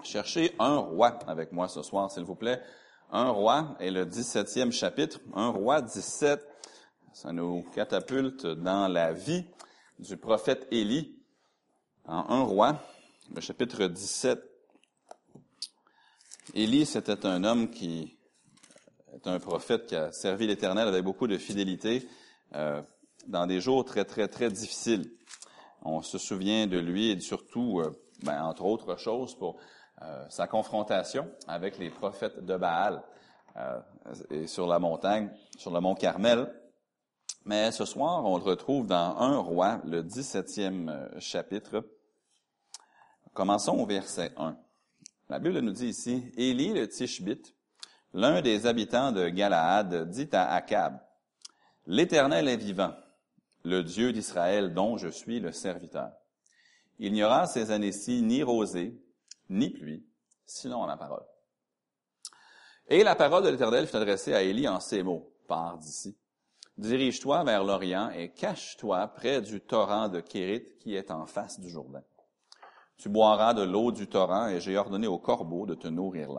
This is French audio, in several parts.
Cherchez un roi avec moi ce soir, s'il vous plaît. Un roi est le 17e chapitre. Un roi 17, ça nous catapulte dans la vie du prophète Élie. En un roi, le chapitre 17. Élie, c'était un homme qui est un prophète qui a servi l'Éternel avec beaucoup de fidélité dans des jours très, très, très difficiles. On se souvient de lui et surtout, entre autres choses, pour sa confrontation avec les prophètes de Baal et sur la montagne, sur le mont Carmel. Mais ce soir, on le retrouve dans un roi, le 17e chapitre. Commençons au verset 1. La Bible nous dit ici, « Élie le Tishbite, l'un des habitants de Galaad, dit à Akab, « L'Éternel est vivant, le Dieu d'Israël dont je suis le serviteur. Il n'y aura ces années-ci ni rosée, ni pluie, sinon la parole. » Et la parole de l'Éternel fut adressée à Élie en ces mots, « Pars d'ici, dirige-toi vers l'Orient et cache-toi près du torrent de Kérith qui est en face du Jourdain. Tu boiras de l'eau du torrent et j'ai ordonné aux corbeaux de te nourrir là. »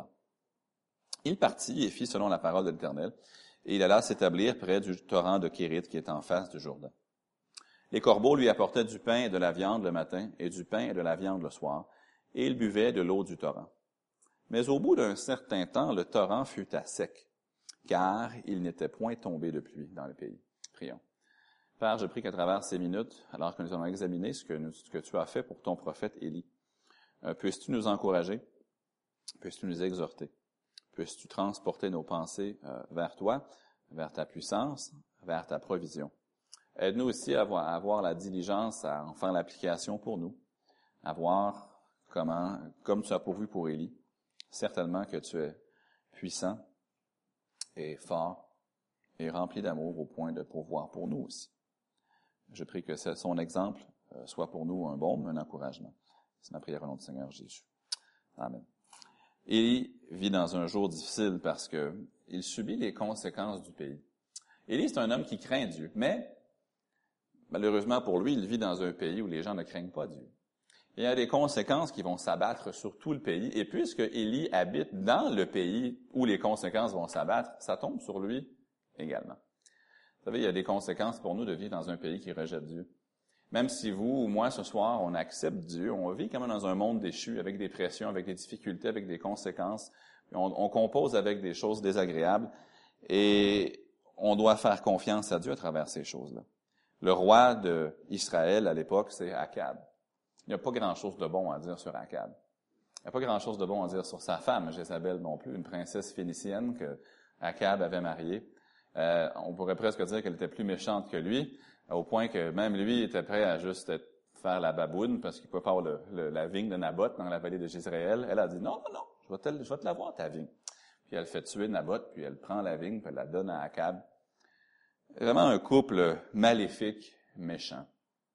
Il partit et fit selon la parole de l'Éternel, et il alla s'établir près du torrent de Kérith qui est en face du Jourdain. Les corbeaux lui apportaient du pain et de la viande le matin, et du pain et de la viande le soir, et il buvait de l'eau du torrent. Mais au bout d'un certain temps, le torrent fut à sec, car il n'était point tombé de pluie dans le pays. Prions. Père, je prie qu'à travers ces minutes, alors que nous allons examiner ce que tu as fait pour ton prophète Élie, puisses-tu nous encourager, puisses-tu nous exhorter, puisses-tu transporter nos pensées vers toi, vers ta puissance, vers ta provision. Aide-nous aussi à avoir la diligence à en faire l'application pour nous, à voir comment, comme tu as pourvu pour Élie, certainement que tu es puissant et fort et rempli d'amour au point de pourvoir pour nous aussi. Je prie que son exemple soit pour nous un baume, un encouragement. C'est ma prière au nom du Seigneur Jésus. Amen. Élie vit dans un jour difficile parce que il subit les conséquences du pays. Élie, c'est un homme qui craint Dieu, mais malheureusement pour lui, il vit dans un pays où les gens ne craignent pas Dieu. Il y a des conséquences qui vont s'abattre sur tout le pays, et puisque Élie habite dans le pays où les conséquences vont s'abattre, ça tombe sur lui également. Vous savez, il y a des conséquences pour nous de vivre dans un pays qui rejette Dieu. Même si vous ou moi, ce soir, on accepte Dieu, on vit quand même dans un monde déchu, avec des pressions, avec des difficultés, avec des conséquences. On compose avec des choses désagréables, et on doit faire confiance à Dieu à travers ces choses-là. Le roi d'Israël, à l'époque, c'est Akab. Il n'y a pas grand-chose de bon à dire sur Akab. Il n'y a pas grand-chose de bon à dire sur sa femme, Jézabel non plus, une princesse phénicienne que Akab avait mariée. On pourrait presque dire qu'elle était plus méchante que lui, au point que même lui était prêt à juste faire la baboune parce qu'il pouvait pas avoir la vigne de Naboth dans la vallée de Jezréel. Elle a dit non, je vais te l'avoir ta vigne. Puis elle fait tuer Naboth, puis elle prend la vigne, puis elle la donne à Akab. Vraiment un couple maléfique, méchant.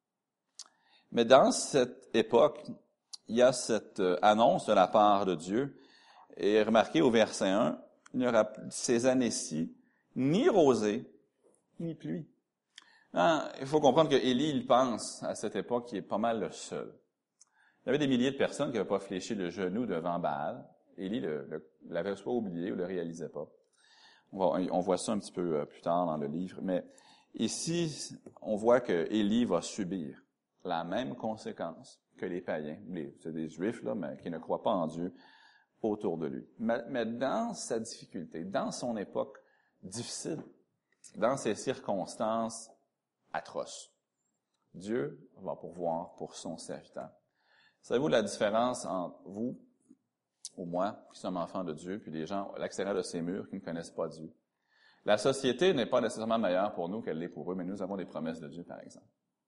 Mais dans cette époque, il y a cette annonce de la part de Dieu. Et remarquez au verset 1, il n'y aura ces années-ci ni rosée, ni pluie. Il faut comprendre que Élie, il pense à cette époque qu'il est pas mal le seul. Il y avait des milliers de personnes qui n'avaient pas fléchi le genou devant Baal. Élie l'avait soit oublié ou le réalisait pas. On voit ça un petit peu plus tard dans le livre. Mais ici, on voit que Élie va subir la même conséquence que les païens. C'est des Juifs, là, mais qui ne croient pas en Dieu autour de lui. Mais dans sa difficulté, dans son époque difficile, dans ces circonstances atroces, Dieu va pourvoir pour son serviteur. Savez-vous la différence entre vous ou moi, qui sommes enfants de Dieu, puis les gens à l'extérieur de ces murs qui ne connaissent pas Dieu? La société n'est pas nécessairement meilleure pour nous qu'elle l'est pour eux, mais nous avons des promesses de Dieu, par exemple.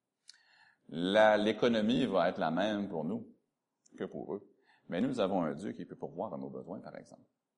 L'économie va être la même pour nous que pour eux, mais nous avons un Dieu qui peut pourvoir à nos besoins, par exemple.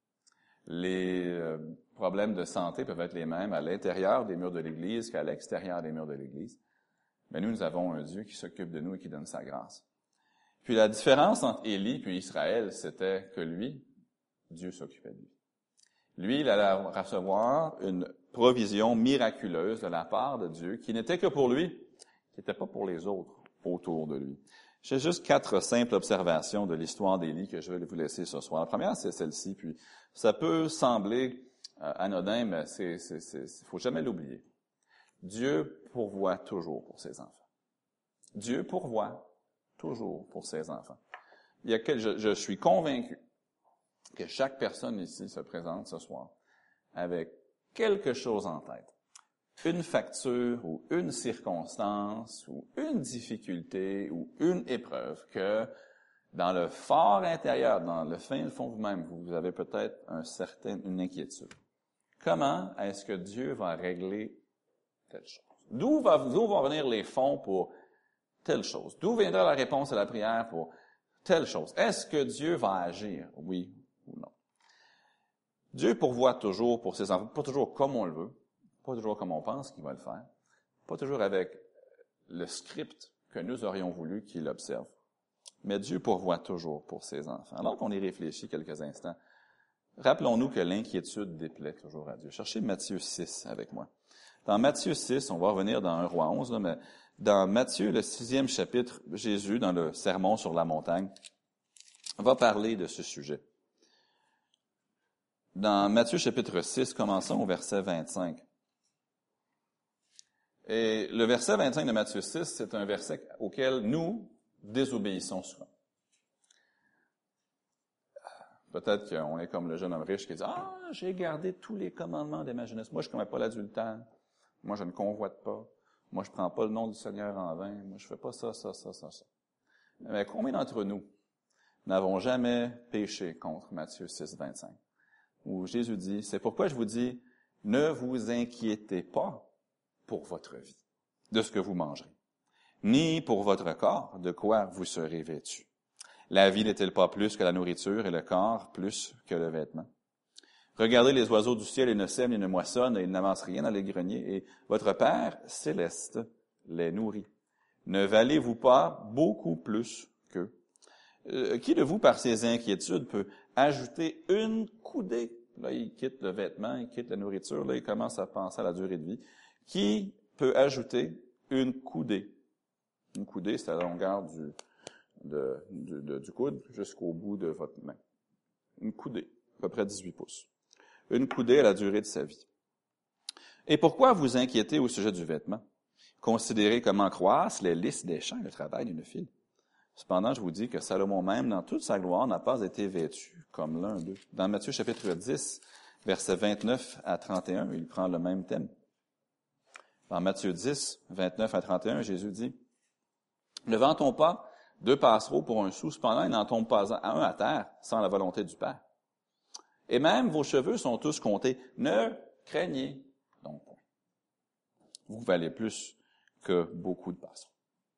Les problèmes de santé peuvent être les mêmes à l'intérieur des murs de l'Église qu'à l'extérieur des murs de l'Église. Mais nous avons un Dieu qui s'occupe de nous et qui donne sa grâce. Puis la différence entre Élie et Israël, c'était que lui, Dieu s'occupait de lui. Lui, il allait recevoir une provision miraculeuse de la part de Dieu qui n'était que pour lui, qui n'était pas pour les autres autour de lui. J'ai juste 4 simples observations de l'histoire d'Élie que je vais vous laisser ce soir. La première, c'est celle-ci, puis ça peut sembler anodin, mais faut jamais l'oublier. Dieu pourvoit toujours pour ses enfants. Dieu pourvoit toujours pour ses enfants. Je suis convaincu que chaque personne ici se présente ce soir avec quelque chose en tête. Une facture ou une circonstance ou une difficulté ou une épreuve que dans le fort intérieur, dans le fin fond de vous-même, vous avez peut-être une inquiétude. Comment est-ce que Dieu va régler telle chose? D'où vont venir les fonds pour telle chose? D'où viendra la réponse à la prière pour telle chose? Est-ce que Dieu va agir? Oui ou non? Dieu pourvoit toujours pour ses enfants, pas toujours comme on le veut, pas toujours comme on pense qu'il va le faire, pas toujours avec le script que nous aurions voulu qu'il observe. Mais Dieu pourvoit toujours pour ses enfants. Alors qu'on y réfléchit quelques instants, rappelons-nous que l'inquiétude déplaît toujours à Dieu. Cherchez Matthieu 6 avec moi. Dans Matthieu 6, on va revenir dans 1 Roi 11, mais dans Matthieu, le 6e chapitre, Jésus, dans le Sermon sur la montagne, va parler de ce sujet. Dans Matthieu chapitre 6, commençons au verset 25. Et le verset 25 de Matthieu 6, c'est un verset auquel nous désobéissons souvent. Peut-être qu'on est comme le jeune homme riche qui dit « Ah, j'ai gardé tous les commandements de ma jeunesse. Moi, je ne commets pas l'adultère. Moi, je ne convoite pas. Moi, je ne prends pas le nom du Seigneur en vain. Moi, je ne fais pas ça. » Mais combien d'entre nous n'avons jamais péché contre Matthieu 6, 25? Où Jésus dit « C'est pourquoi je vous dis, ne vous inquiétez pas pour votre vie, de ce que vous mangerez, ni pour votre corps, de quoi vous serez vêtus. La vie n'est-elle pas plus que la nourriture et le corps plus que le vêtement? Regardez les oiseaux du ciel, ils ne sèment, ils ne moissonnent, et ils n'avancent rien dans les greniers, et votre Père céleste les nourrit. Ne valez-vous pas beaucoup plus qu'eux? Qui de vous, par ses inquiétudes, peut ajouter une coudée? Là, il quitte le vêtement, il quitte la nourriture, là, il commence à penser à la durée de vie. Qui peut ajouter une coudée? Une coudée, c'est la longueur du coude jusqu'au bout de votre main. Une coudée, à peu près 18 pouces. Une coudée à la durée de sa vie. Et pourquoi vous inquiétez au sujet du vêtement? Considérez comment croissent les lys des champs, le travail d'une file. Cependant, je vous dis que Salomon même, dans toute sa gloire, n'a pas été vêtu comme l'un d'eux. Dans Matthieu chapitre 10, versets 29 à 31, il prend le même thème. Dans Matthieu 10, 29 à 31, Jésus dit, « Ne vend-on pas 2 passereaux pour un sou, cependant il n'en tombe pas un à terre sans la volonté du Père. Et même vos cheveux sont tous comptés. Ne craignez donc point. Vous valez plus que beaucoup de passereaux. »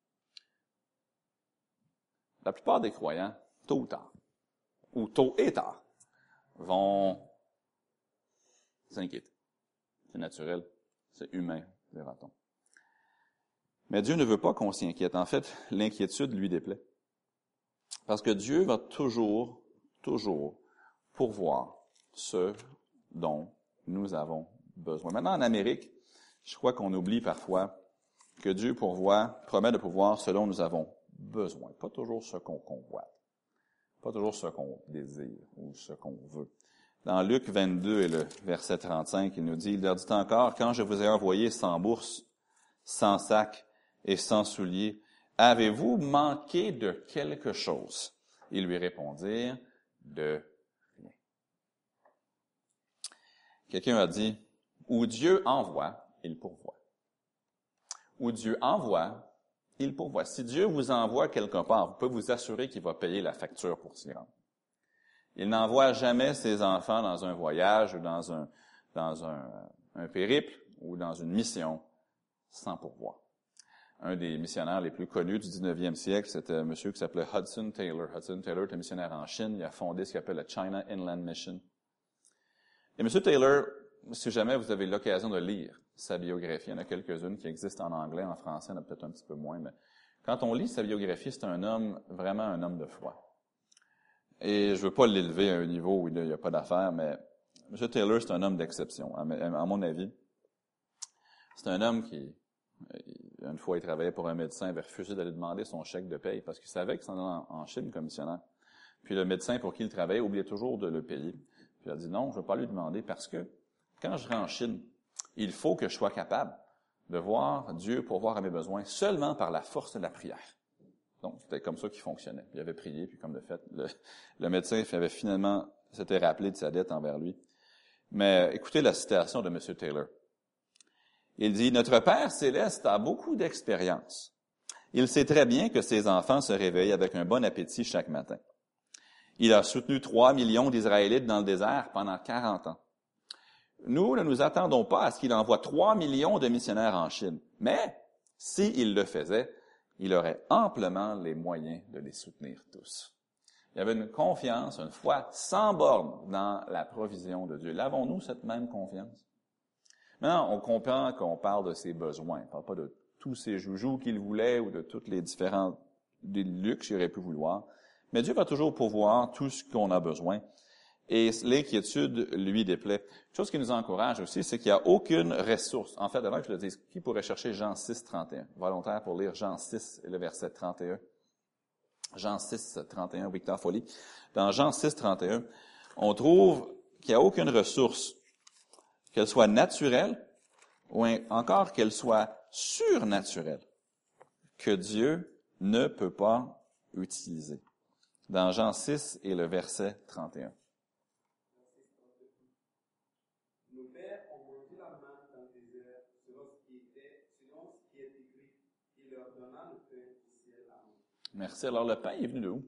La plupart des croyants, tôt ou tard, ou tôt et tard, vont s'inquiéter. C'est naturel, c'est humain, dira-t-on. Mais Dieu ne veut pas qu'on s'y inquiète. En fait, l'inquiétude lui déplaît. Parce que Dieu va toujours pourvoir ce dont nous avons besoin. Maintenant, en Amérique, je crois qu'on oublie parfois que Dieu promet de pourvoir ce dont nous avons besoin. Pas toujours ce qu'on convoite. Pas toujours ce qu'on désire ou ce qu'on veut. Dans Luc 22 et le verset 35, il nous dit, il leur dit encore, quand je vous ai envoyé sans bourse, sans sac et sans souliers, avez-vous manqué de quelque chose? Ils lui répondirent, de rien. Quelqu'un a dit, où Dieu envoie, il pourvoit. Où Dieu envoie, il pourvoit. Si Dieu vous envoie quelque part, vous pouvez vous assurer qu'il va payer la facture pour s'y rendre. Il n'envoie jamais ses enfants dans un voyage ou dans un périple ou dans une mission sans pourvoir. Un des missionnaires les plus connus du 19e siècle, c'était un monsieur qui s'appelait Hudson Taylor. Hudson Taylor était missionnaire en Chine. Il a fondé ce qu'il appelle la China Inland Mission. Et M. Taylor, si jamais vous avez l'occasion de lire sa biographie, il y en a quelques-unes qui existent en anglais, en français, il y en a peut-être un petit peu moins, mais quand on lit sa biographie, c'est vraiment un homme de foi. Et je veux pas l'élever à un niveau où il n'y a pas d'affaires, mais M. Taylor, c'est un homme d'exception, à mon avis. C'est un homme qui une fois, il travaillait pour un médecin, il avait refusé d'aller demander son chèque de paye parce qu'il savait qu'il s'en allait en Chine comme missionnaire. Puis le médecin pour qui il travaillait oubliait toujours de le payer. Puis il a dit non, je ne vais pas lui demander parce que quand je serai en Chine, il faut que je sois capable de voir Dieu pourvoir à mes besoins seulement par la force de la prière. Donc, c'était comme ça qu'il fonctionnait. Il avait prié, puis comme de fait, le médecin avait finalement s'était rappelé de sa dette envers lui. Mais écoutez la citation de M. Taylor. Il dit, « Notre Père céleste a beaucoup d'expérience. Il sait très bien que ses enfants se réveillent avec un bon appétit chaque matin. Il a soutenu 3 millions d'Israélites dans le désert pendant 40 ans. Nous ne nous attendons pas à ce qu'il envoie 3 millions de missionnaires en Chine. Mais, s'il le faisait, il aurait amplement les moyens de les soutenir tous. » Il y avait une confiance, une foi sans borne dans la provision de Dieu. L'avons-nous cette même confiance? Maintenant, on comprend qu'on parle de ses besoins. On ne parle pas de tous ces joujoux qu'il voulait ou de tous les différents des luxes qu'il aurait pu vouloir. Mais Dieu va toujours pourvoir tout ce qu'on a besoin. Et l'inquiétude lui déplaît. Une chose qui nous encourage aussi, c'est qu'il n'y a aucune ressource. En fait, avant que je le dise, qui pourrait chercher Jean 6, 31? Volontaire pour lire Jean 6 et le verset 31. Jean 6, 31, Victor Folly. Dans Jean 6, 31, on trouve qu'il n'y a aucune ressource, qu'elle soit naturelle ou encore qu'elle soit surnaturelle, que Dieu ne peut pas utiliser. Dans Jean 6 et le verset 31. Nos pères ont mangé la manne dans le désert selon ce qui est écrit, il leur donna le pain du ciel à manger. Merci. Alors, le pain est venu de où?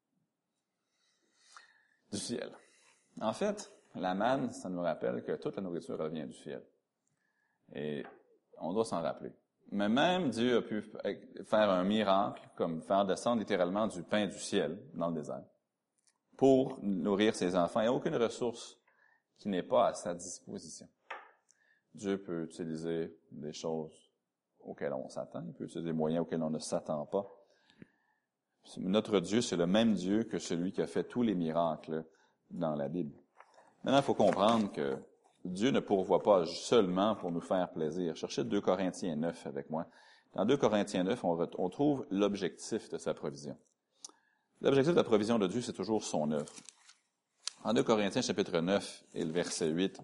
Du ciel. En fait, la manne, ça nous rappelle que toute la nourriture revient du ciel. Et on doit s'en rappeler. Mais même Dieu a pu faire un miracle, comme faire descendre littéralement du pain du ciel dans le désert, pour nourrir ses enfants. Il n'y a aucune ressource qui n'est pas à sa disposition. Dieu peut utiliser des choses auxquelles on s'attend, il peut utiliser des moyens auxquels on ne s'attend pas. Notre Dieu, c'est le même Dieu que celui qui a fait tous les miracles dans la Bible. Maintenant, il faut comprendre que Dieu ne pourvoit pas seulement pour nous faire plaisir. Cherchez 2 Corinthiens 9 avec moi. Dans 2 Corinthiens 9, on trouve l'objectif de sa provision. L'objectif de la provision de Dieu, c'est toujours son œuvre. En 2 Corinthiens chapitre 9 et le verset 8,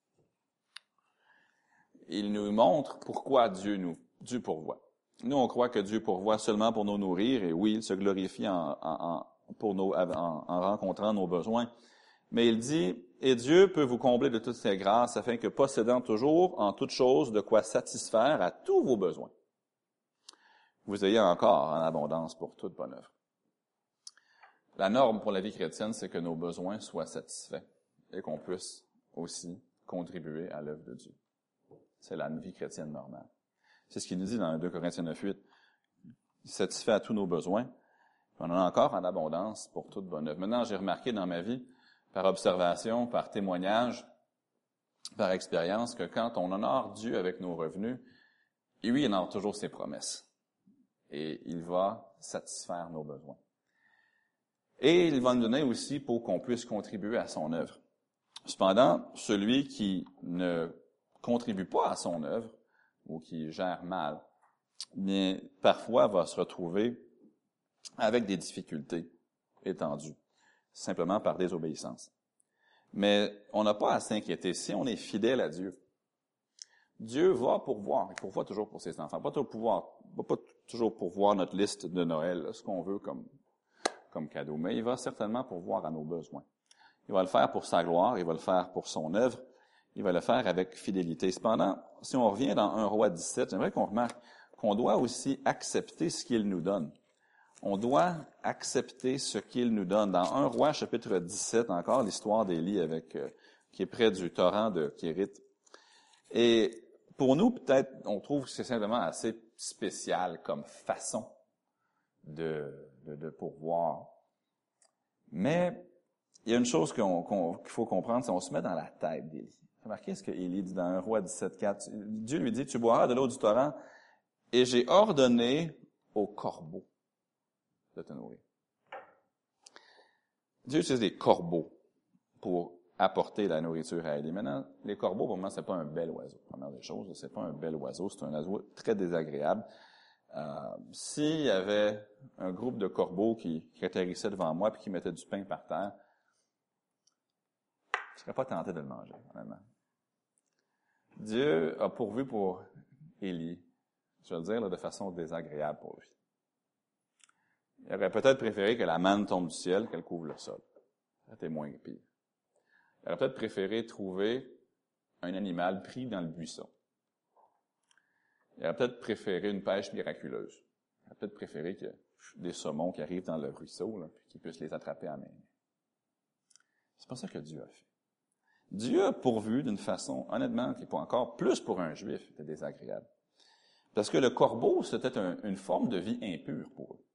il nous montre pourquoi Dieu pourvoit. Nous, on croit que Dieu pourvoit seulement pour nous nourrir, et oui, il se glorifie en rencontrant nos besoins. Mais il dit, « Et Dieu peut vous combler de toutes ses grâces, afin que, possédant toujours en toutes choses de quoi satisfaire à tous vos besoins, vous ayez encore en abondance pour toute bonne œuvre. » La norme pour la vie chrétienne, c'est que nos besoins soient satisfaits et qu'on puisse aussi contribuer à l'œuvre de Dieu. C'est la vie chrétienne normale. C'est ce qu'il nous dit dans 2 Corinthiens 9:8. Il satisfait à tous nos besoins. On en a encore en abondance pour toute bonne œuvre. Maintenant, j'ai remarqué dans ma vie, par observation, par témoignage, par expérience, que quand on honore Dieu avec nos revenus, et oui, il honore toujours ses promesses. Et il va satisfaire nos besoins. Et il va nous donner aussi pour qu'on puisse contribuer à son œuvre. Cependant, celui qui ne contribue pas à son œuvre, ou qui gère mal, bien, parfois va se retrouver avec des difficultés étendues, simplement par désobéissance. Mais on n'a pas à s'inquiéter. Si on est fidèle à Dieu, Dieu va pourvoir. Il pourvoit toujours pour ses enfants. Pas toujours pourvoir notre liste de Noël, ce qu'on veut comme cadeau, mais il va certainement pourvoir à nos besoins. Il va le faire pour sa gloire, il va le faire pour son œuvre, il va le faire avec fidélité. Cependant, si on revient dans 1 Roi 17, j'aimerais qu'on remarque qu'on doit aussi accepter ce qu'il nous donne. On doit accepter ce qu'il nous donne. Dans 1 Roi, chapitre 17, encore l'histoire d'Élie qui est près du torrent de Kérit. Et pour nous, peut-être, on trouve que c'est simplement assez spécial comme façon de pourvoir. Mais il y a une chose qu'il faut comprendre, c'est qu'on se met dans la tête d'Élie. Remarquez ce que Élie dit dans 1 Roi 17:4. Dieu lui dit, « Tu boiras de l'eau du torrent, et j'ai ordonné aux corbeaux de te nourrir. » Dieu utilise des corbeaux pour apporter la nourriture à Élie. Maintenant, les corbeaux, pour moi, c'est pas un bel oiseau. Première des choses, c'est pas un bel oiseau, c'est un oiseau très désagréable. S'il y avait un groupe de corbeaux qui atterrissaient devant moi puis qui mettaient du pain par terre, je ne serais pas tenté de le manger, honnêtement. Dieu a pourvu pour Élie, je veux le dire là, de façon désagréable pour lui. Il aurait peut-être préféré que la manne tombe du ciel, qu'elle couvre le sol. Ça aurait été moins pire. Il aurait peut-être préféré trouver un animal pris dans le buisson. Il aurait peut-être préféré une pêche miraculeuse. Il aurait peut-être préféré que des saumons qui arrivent dans le ruisseau, là, puis qu'il puisse les attraper à main. C'est pas ça que Dieu a fait. Dieu a pourvu d'une façon, honnêtement, qui est pas encore plus pour un Juif, c'était désagréable. Parce que le corbeau, c'était une forme de vie impure pour eux.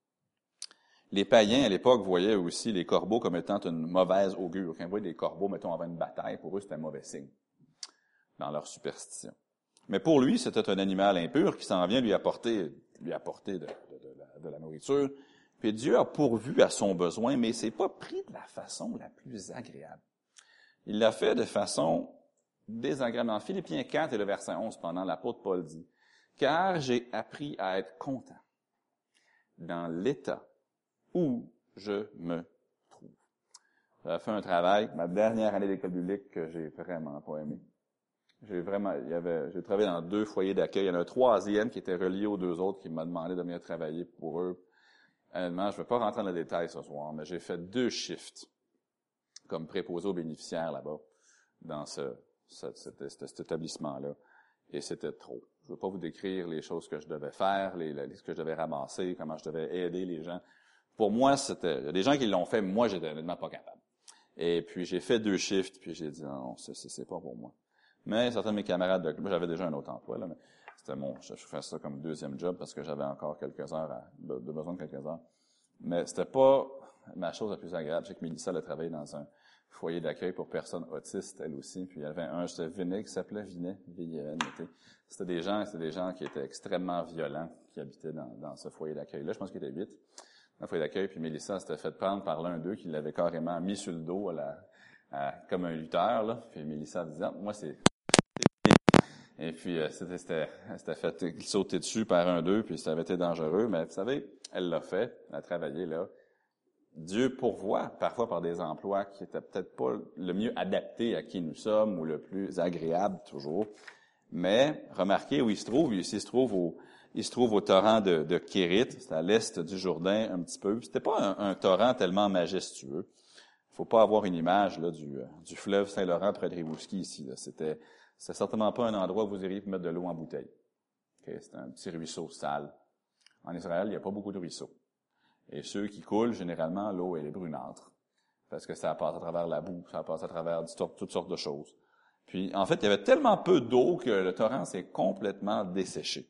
Les païens, à l'époque, voyaient aussi les corbeaux comme étant une mauvaise augure. Quand ils voyaient des corbeaux, mettons, avant une bataille, pour eux, c'était un mauvais signe, dans leur superstition. Mais pour lui, c'était un animal impur qui s'en vient lui apporter de la nourriture. Puis Dieu a pourvu à son besoin, mais c'est pas pris de la façon la plus agréable. Il l'a fait de façon désagréable. Dans Philippiens 4 et le verset 11, pendant l'apôtre Paul dit, « Car j'ai appris à être content dans l'état où je me trouve. » J'avais fait un travail, ma dernière année d'école biblique, que j'ai vraiment pas aimé. J'ai travaillé dans 2 foyers d'accueil. Il y en a un 3e qui était relié aux 2 autres qui m'a demandé de venir travailler pour eux. Honnêtement, je ne vais pas rentrer dans le détail ce soir, mais j'ai fait 2 shifts comme préposé aux bénéficiaires là-bas, dans cet établissement-là. Et c'était trop. Je ne veux pas vous décrire les choses que je devais faire, ce que je devais ramasser, comment je devais aider les gens. Pour moi, il y a des gens qui l'ont fait, mais moi, j'étais honnêtement pas capable. Et puis, j'ai fait 2 shifts, puis j'ai dit, non, c'est pas pour moi. Mais certains de mes camarades moi, j'avais déjà un autre emploi, là, mais je faisais ça comme 2e job parce que j'avais encore quelques heures, besoin de quelques heures. Mais c'était pas ma chose la plus agréable. Je sais que Mélissa, elle a travaillé dans un foyer d'accueil pour personnes autistes, elle aussi. Puis il y avait c'était Vinet qui s'appelait Vinet, V-I-N-E-T. C'était des gens qui étaient extrêmement violents, qui habitaient dans ce foyer d'accueil-là. Je pense qu'il était 8, dans le foyer d'accueil. Puis Mélissa s'était fait prendre par l'un d'eux qui l'avait carrément mis sur le dos comme un lutteur, là. Puis Mélissa disait, moi, c'est... Et puis, c'était fait sauter dessus par un d'eux, puis ça avait été dangereux. Mais vous savez, elle l'a fait, elle a travaillé là. Dieu pourvoit parfois par des emplois qui étaient peut-être pas le mieux adaptés à qui nous sommes ou le plus agréable toujours. Mais remarquez où il se trouve. Il se trouve au torrent de Kérit, c'est à l'est du Jourdain un petit peu. C'était pas un torrent tellement majestueux. Il faut pas avoir une image là du fleuve Saint-Laurent près de Rimouski ici. Là. C'est certainement pas un endroit où vous iriez mettre de l'eau en bouteille. Okay? C'est un petit ruisseau sale. En Israël, il n'y a pas beaucoup de ruisseaux. Et ceux qui coulent, généralement, l'eau, elle est brunâtre. Parce que ça passe à travers la boue, ça passe à travers toutes sortes de choses. Puis, en fait, il y avait tellement peu d'eau que le torrent s'est complètement desséché.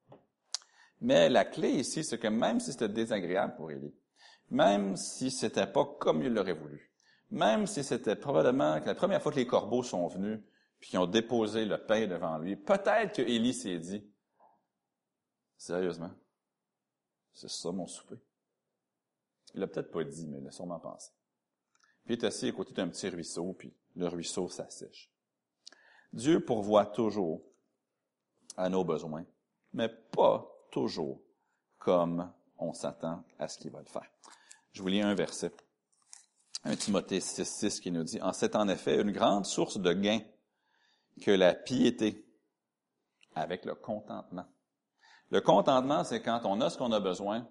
Mais la clé ici, c'est que même si c'était désagréable pour Élie, même si c'était pas comme il l'aurait voulu, même si c'était probablement que la première fois que les corbeaux sont venus, puis qu'ils ont déposé le pain devant lui, peut-être que Élie s'est dit, sérieusement, c'est ça mon souper. Il l'a peut-être pas dit, mais il l'a sûrement pensé. Puis il est assis à côté d'un petit ruisseau, puis le ruisseau s'assèche. Dieu pourvoit toujours à nos besoins, mais pas toujours comme on s'attend à ce qu'il va le faire. Je vous lis un verset, 1 Timothée 6,6 qui nous dit « C'est en effet une grande source de gain que la piété avec le contentement. » Le contentement, c'est quand on a ce qu'on a besoin,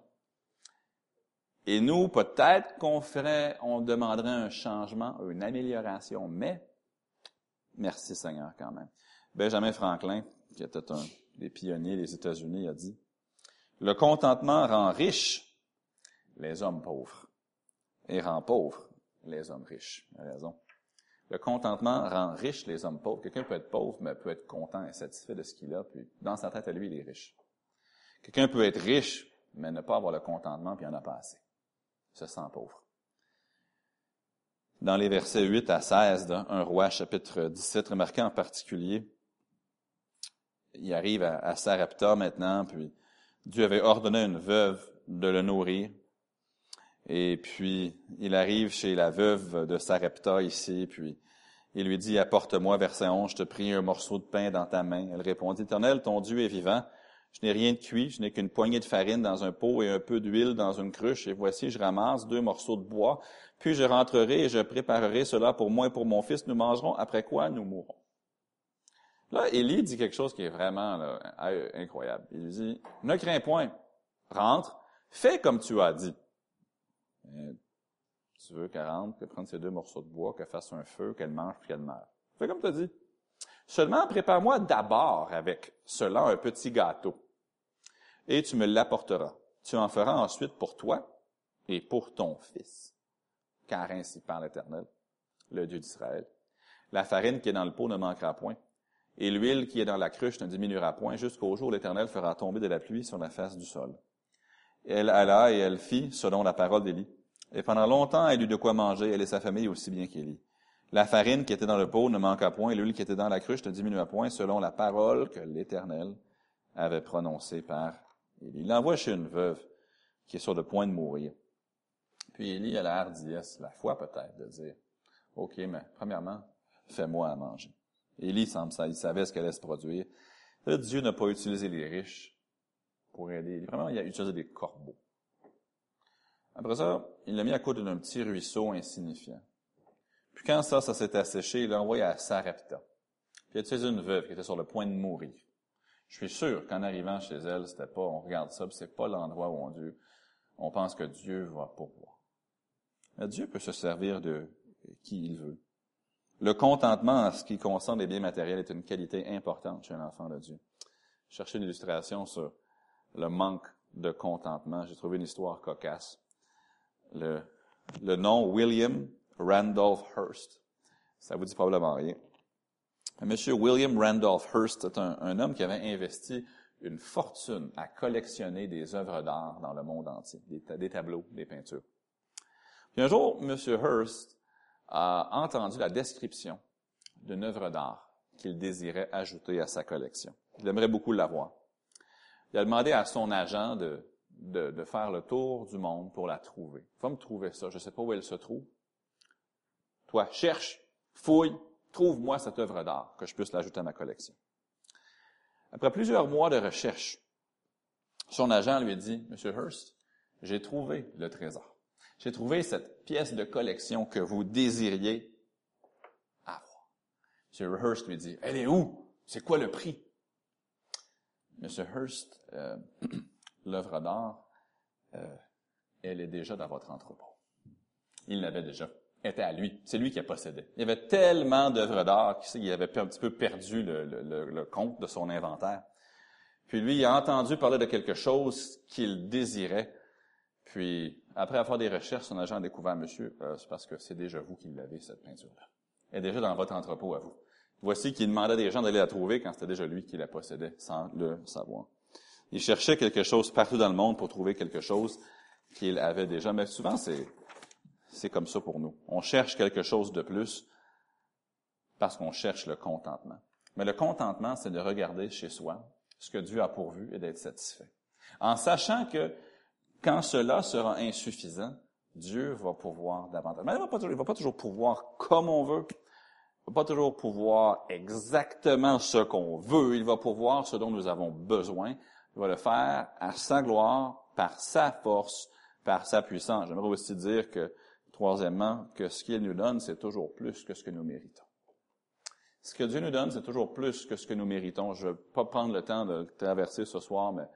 et nous, peut-être on demanderait un changement, une amélioration, mais merci Seigneur quand même. Benjamin Franklin, qui était un des pionniers des États-Unis, a dit « Le contentement rend riches les hommes pauvres et rend pauvres les hommes riches. » Il a raison. Le contentement rend riches les hommes pauvres. Quelqu'un peut être pauvre, mais peut être content et satisfait de ce qu'il a, puis dans sa tête à lui, il est riche. Quelqu'un peut être riche, mais ne pas avoir le contentement, puis il en a pas assez. Se sent pauvre. Dans les versets 8 à 16 d'un Roi, chapitre 17, remarquez en particulier, il arrive à Sarepta maintenant, puis Dieu avait ordonné à une veuve de le nourrir. Et puis, il arrive chez la veuve de Sarepta ici, puis il lui dit, « Apporte-moi, verset 11, je te prie un morceau de pain dans ta main. » Elle répondit, « Éternel, ton Dieu est vivant. Je n'ai rien de cuit, je n'ai qu'une poignée de farine dans un pot et un peu d'huile dans une cruche, et voici, je ramasse 2 morceaux de bois, puis je rentrerai et je préparerai cela pour moi et pour mon fils, nous mangerons, après quoi nous mourrons. » Là, Élie dit quelque chose qui est vraiment là, incroyable. Il lui dit, « Ne crains point, rentre, fais comme tu as dit. » Tu veux qu'elle rentre, qu'elle prenne ces 2 morceaux de bois, qu'elle fasse un feu, qu'elle mange, puis qu'elle meure. Fais comme tu as dit. Seulement, prépare-moi d'abord avec cela un petit gâteau, et tu me l'apporteras. Tu en feras ensuite pour toi et pour ton fils. Car ainsi parle l'Éternel, le Dieu d'Israël. La farine qui est dans le pot ne manquera point, et l'huile qui est dans la cruche ne diminuera point, jusqu'au jour où l'Éternel fera tomber de la pluie sur la face du sol. Elle alla et elle fit selon la parole d'Élie. Et pendant longtemps, elle eut de quoi manger, elle et sa famille aussi bien qu'Élie. La farine qui était dans le pot ne manqua point, et l'huile qui était dans la cruche ne diminua point, selon la parole que l'Éternel avait prononcée par Élie. Il l'envoie chez une veuve qui est sur le point de mourir. Puis Élie a la hardiesse, la foi peut-être, de dire, « OK, mais premièrement, fais-moi à manger. » Élie, il savait ce qu'elle allait se produire. Là, Dieu n'a pas utilisé les riches pour aider. Vraiment, il a utilisé des corbeaux. Après ça, il l'a mis à côté d'un petit ruisseau insignifiant. Puis quand ça s'est asséché, il l'a envoyé à Sarepta. Puis il a utilisé une veuve qui était sur le point de mourir. Je suis sûr qu'en arrivant chez elle, c'était pas, on regarde ça, puis c'est pas l'endroit où on pense que Dieu va pourvoir. Mais Dieu peut se servir de qui il veut. Le contentement en ce qui concerne les biens matériels est une qualité importante chez un enfant de Dieu. Je cherchais une illustration sur le manque de contentement. J'ai trouvé une histoire cocasse. Le nom William Randolph Hearst, ça vous dit probablement rien. Monsieur William Randolph Hearst est un homme qui avait investi une fortune à collectionner des œuvres d'art dans le monde entier, des tableaux, des peintures. Puis un jour, Monsieur Hearst a entendu la description d'une œuvre d'art qu'il désirait ajouter à sa collection. Il aimerait beaucoup l'avoir. Il a demandé à son agent de faire le tour du monde pour la trouver. Va me trouver ça, je ne sais pas où elle se trouve. Toi, cherche, fouille, trouve-moi cette œuvre d'art, que je puisse l'ajouter à ma collection. Après plusieurs mois de recherche, son agent lui a dit, « Monsieur Hearst, j'ai trouvé le trésor. J'ai trouvé cette pièce de collection que vous désiriez avoir. » M. Hearst lui dit, « Elle est où? C'est quoi le prix? » M. Hearst, l'œuvre d'art, elle est déjà dans votre entrepôt. Il l'avait déjà. Elle était à lui. C'est lui qui la possédait. Il y avait tellement d'œuvres d'art qu'il avait un petit peu perdu le compte de son inventaire. Puis lui, il a entendu parler de quelque chose qu'il désirait. Puis, après avoir des recherches, son agent a découvert, « Monsieur, c'est parce que c'est déjà vous qui l'avez, cette peinture-là. Elle est déjà dans votre entrepôt à vous. » Voici qu'il demandait à des gens d'aller la trouver quand c'était déjà lui qui la possédait, sans le savoir. Il cherchait quelque chose partout dans le monde pour trouver quelque chose qu'il avait déjà. Mais souvent, c'est comme ça pour nous. On cherche quelque chose de plus parce qu'on cherche le contentement. Mais le contentement, c'est de regarder chez soi ce que Dieu a pourvu et d'être satisfait. En sachant que quand cela sera insuffisant, Dieu va pourvoir davantage. Mais il va pas toujours pourvoir comme on veut. Il va pas toujours pourvoir exactement ce qu'on veut. Il va pourvoir ce dont nous avons besoin. Il va le faire à sa gloire, par sa force, par sa puissance. J'aimerais aussi dire que, troisièmement, que ce qu'il nous donne, c'est toujours plus que ce que nous méritons. Ce que Dieu nous donne, c'est toujours plus que ce que nous méritons. Je ne vais pas prendre le temps de traverser ce soir, mais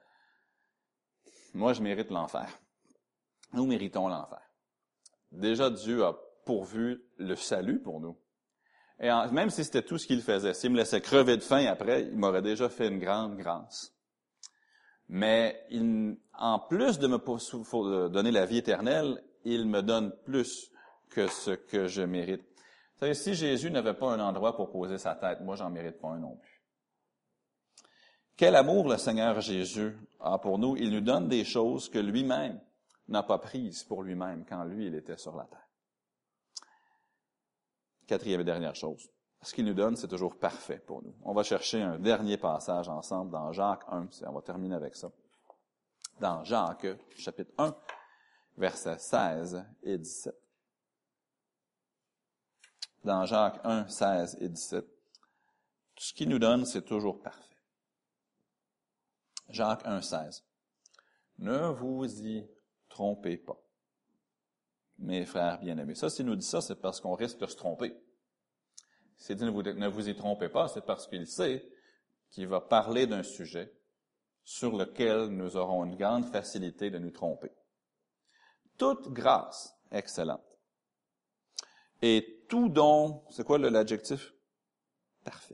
moi, je mérite l'enfer. Nous méritons l'enfer. Déjà, Dieu a pourvu le salut pour nous. Et même si c'était tout ce qu'il faisait, s'il me laissait crever de faim après, il m'aurait déjà fait une grande grâce. Mais en plus de me donner la vie éternelle, il me donne plus que ce que je mérite. Vous savez, si Jésus n'avait pas un endroit pour poser sa tête, moi, j'en mérite pas un non plus. Quel amour le Seigneur Jésus a pour nous. Il nous donne des choses que lui-même n'a pas prises pour lui-même quand lui, il était sur la terre. Quatrième et dernière chose. Ce qu'il nous donne, c'est toujours parfait pour nous. On va chercher un dernier passage ensemble dans Jacques 1. On va terminer avec ça. Dans Jacques, chapitre 1, versets 16 et 17. Dans Jacques 1, 16 et 17. Tout ce qu'il nous donne, c'est toujours parfait. Jacques 1,16. Ne vous y trompez pas, mes frères bien-aimés. Ça, s'il nous dit ça, c'est parce qu'on risque de se tromper. S'il dit ne vous y trompez pas, c'est parce qu'il sait qu'il va parler d'un sujet sur lequel nous aurons une grande facilité de nous tromper. Toute grâce excellente. Et tout don, c'est quoi l'adjectif? Parfait.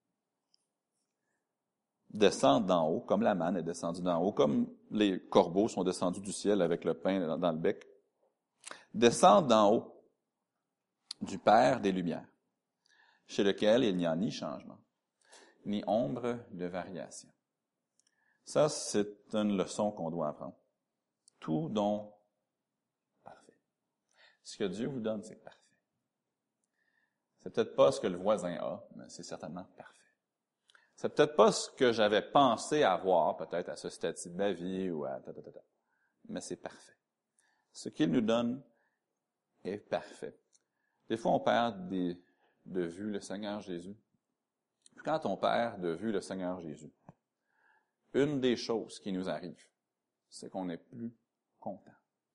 Descend d'en haut, comme la manne est descendue d'en haut, comme les corbeaux sont descendus du ciel avec le pain dans le bec. Descend d'en haut, du Père des Lumières, chez lequel il n'y a ni changement, ni ombre de variation. Ça, c'est une leçon qu'on doit apprendre. Tout don parfait. Ce que Dieu vous donne, c'est parfait. C'est peut-être pas ce que le voisin a, mais c'est certainement parfait. C'est peut-être pas ce que j'avais pensé avoir, peut-être à ce stade-ci de ma vie, ou à mais c'est parfait. Ce qu'il nous donne est parfait. Des fois, on perd de vue le Seigneur Jésus. Puis quand on perd de vue le Seigneur Jésus, une des choses qui nous arrive, c'est qu'on n'est plus content.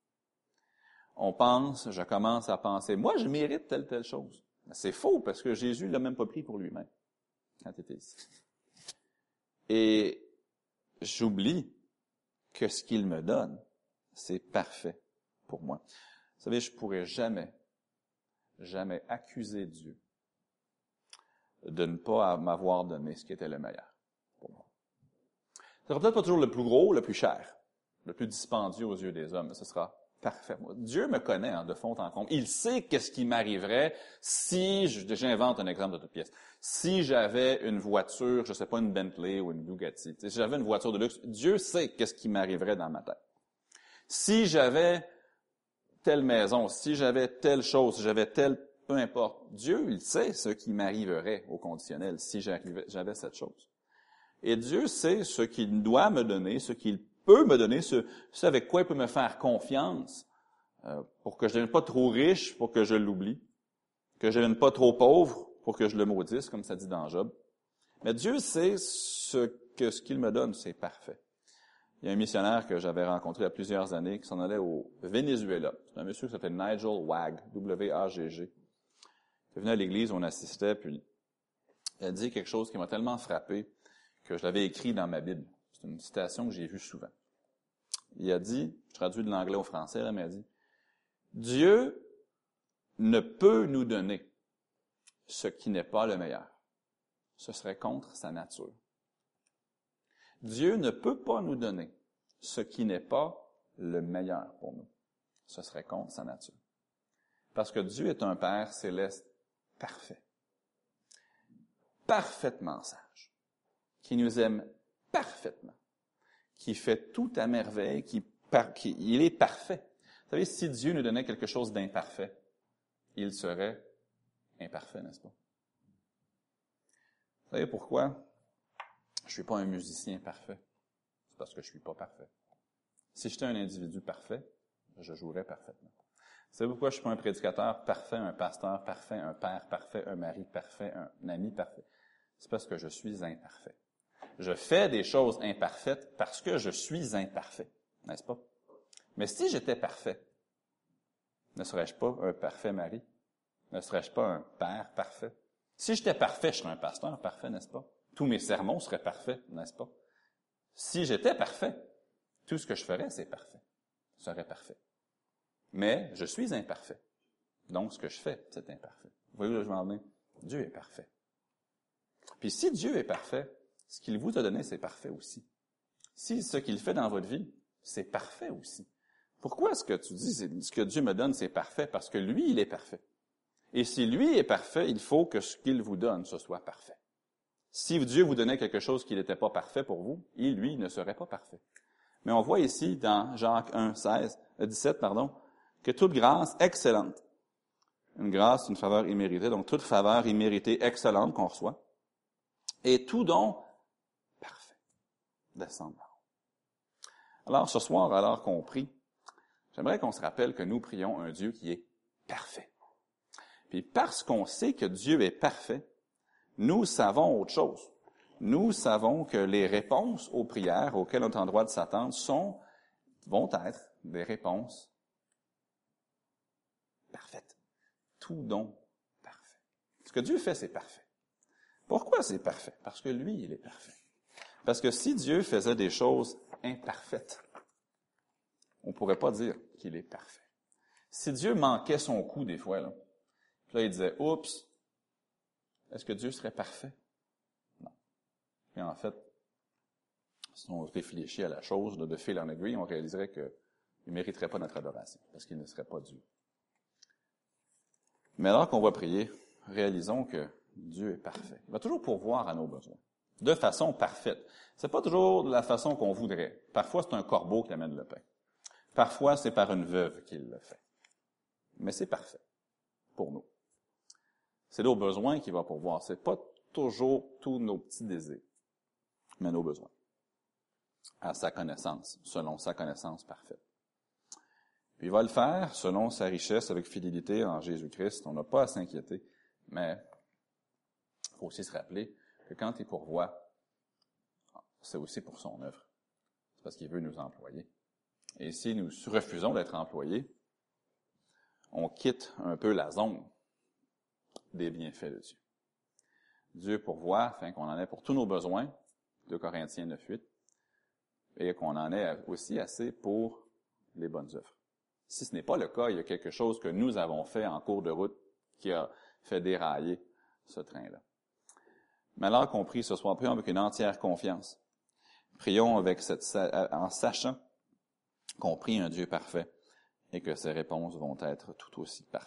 Je commence à penser, moi, je mérite telle chose. Mais c'est faux, parce que Jésus ne l'a même pas pris pour lui-même, quand il était ici. Et j'oublie que ce qu'il me donne, c'est parfait pour moi. Vous savez, je ne pourrais jamais accuser Dieu de ne pas m'avoir donné ce qui était le meilleur pour moi. Ce sera peut-être pas toujours le plus gros, le plus cher, le plus dispendieux aux yeux des hommes, mais ce sera parfait. Dieu me connaît de fond en comble. Il sait qu'est-ce qui m'arriverait si, j'invente un exemple de toute pièce, si j'avais une voiture, je sais pas, une Bentley ou une Bugatti, si j'avais une voiture de luxe, Dieu sait qu'est-ce qui m'arriverait dans ma tête. Si j'avais telle maison, si j'avais telle chose, si j'avais peu importe, Dieu, il sait ce qui m'arriverait au conditionnel si j'avais cette chose. Et Dieu sait ce qu'il doit me donner, ce qu'il peut me donner, ce avec quoi il peut me faire confiance pour que je ne devienne pas trop riche, pour que je l'oublie, que je ne devienne pas trop pauvre, pour que je le maudisse, comme ça dit dans Job. Mais Dieu sait ce qu'il me donne, c'est parfait. Il y a un missionnaire que j'avais rencontré il y a plusieurs années qui s'en allait au Venezuela. C'est un monsieur qui s'appelle Nigel Wagg, W-A-G-G. Il est venu à l'église, on assistait, puis il a dit quelque chose qui m'a tellement frappé que je l'avais écrit dans ma Bible. C'est une citation que j'ai vue souvent. Il a dit, je traduis de l'anglais au français, mais il a dit, « Dieu ne peut nous donner ce qui n'est pas le meilleur. Ce serait contre sa nature. Dieu ne peut pas nous donner ce qui n'est pas le meilleur pour nous. Ce serait contre sa nature. Parce que Dieu est un Père céleste parfait, parfaitement sage, qui nous aime parfaitement, qui fait tout à merveille, il est parfait. Vous savez, si Dieu nous donnait quelque chose d'imparfait, il serait imparfait, n'est-ce pas? Vous savez pourquoi je suis pas un musicien parfait? C'est parce que je suis pas parfait. Si j'étais un individu parfait, je jouerais parfaitement. Vous savez pourquoi je suis pas un prédicateur parfait, un pasteur parfait, un père parfait, un mari parfait, un ami parfait? C'est parce que je suis imparfait. Je fais des choses imparfaites parce que je suis imparfait, n'est-ce pas? Mais si j'étais parfait, ne serais-je pas un parfait mari? Ne serais-je pas un père parfait? Si j'étais parfait, je serais un pasteur parfait, n'est-ce pas? Tous mes sermons seraient parfaits, n'est-ce pas? Si j'étais parfait, tout ce que je ferais, c'est parfait. Serait parfait. Mais je suis imparfait. Donc, ce que je fais, c'est imparfait. Vous voyez où je vais en venir? Dieu est parfait. Puis si Dieu est parfait, ce qu'il vous a donné, c'est parfait aussi. Si ce qu'il fait dans votre vie, c'est parfait aussi. Pourquoi est-ce que tu dis ce que Dieu me donne, c'est parfait? Parce que lui, il est parfait. Et si lui est parfait, il faut que ce qu'il vous donne, ce soit parfait. Si Dieu vous donnait quelque chose qui n'était pas parfait pour vous, il, lui, ne serait pas parfait. Mais on voit ici, dans Jacques 17, que toute grâce excellente, une grâce, une faveur imméritée, donc toute faveur imméritée excellente qu'on reçoit, et tout don parfait, descend d'en haut. Alors, ce soir, alors qu'on prie, j'aimerais qu'on se rappelle que nous prions un Dieu qui est parfait. Puis parce qu'on sait que Dieu est parfait, nous savons autre chose. nous savons que les réponses aux prières auxquelles on est en droit de s'attendre vont être des réponses parfaites. Tout don parfait. Ce que Dieu fait, c'est parfait. Pourquoi c'est parfait? Parce que lui, il est parfait. Parce que si Dieu faisait des choses imparfaites, on ne pourrait pas dire qu'il est parfait. Si Dieu manquait son coup des fois, là il disait, oups, est-ce que Dieu serait parfait? Non. Et en fait, si on réfléchit à la chose de fil en aiguille, on réaliserait qu'il ne mériterait pas notre adoration, parce qu'il ne serait pas Dieu. Mais alors qu'on va prier, réalisons que Dieu est parfait. Il va toujours pourvoir à nos besoins, de façon parfaite. C'est pas toujours de la façon qu'on voudrait. Parfois, c'est un corbeau qui amène le pain. Parfois, c'est par une veuve qu'il le fait. Mais c'est parfait pour nous. C'est nos besoins qu'il va pourvoir. C'est pas toujours tous nos petits désirs, mais nos besoins. À sa connaissance, selon sa connaissance parfaite. Puis il va le faire selon sa richesse avec fidélité en Jésus-Christ. On n'a pas à s'inquiéter, mais il faut aussi se rappeler que quand il pourvoit, c'est aussi pour son œuvre. C'est parce qu'il veut nous employer. Et si nous refusons d'être employés, on quitte un peu la zone des bienfaits de Dieu. Dieu pourvoit afin qu'on en ait pour tous nos besoins, 2 Corinthiens 9:8, et qu'on en ait aussi assez pour les bonnes œuvres. Si ce n'est pas le cas, il y a quelque chose que nous avons fait en cours de route qui a fait dérailler ce train-là. Mais alors qu'on prie ce soir, prions avec une entière confiance. Prions en sachant qu'on prie un Dieu parfait et que ses réponses vont être tout aussi parfaites.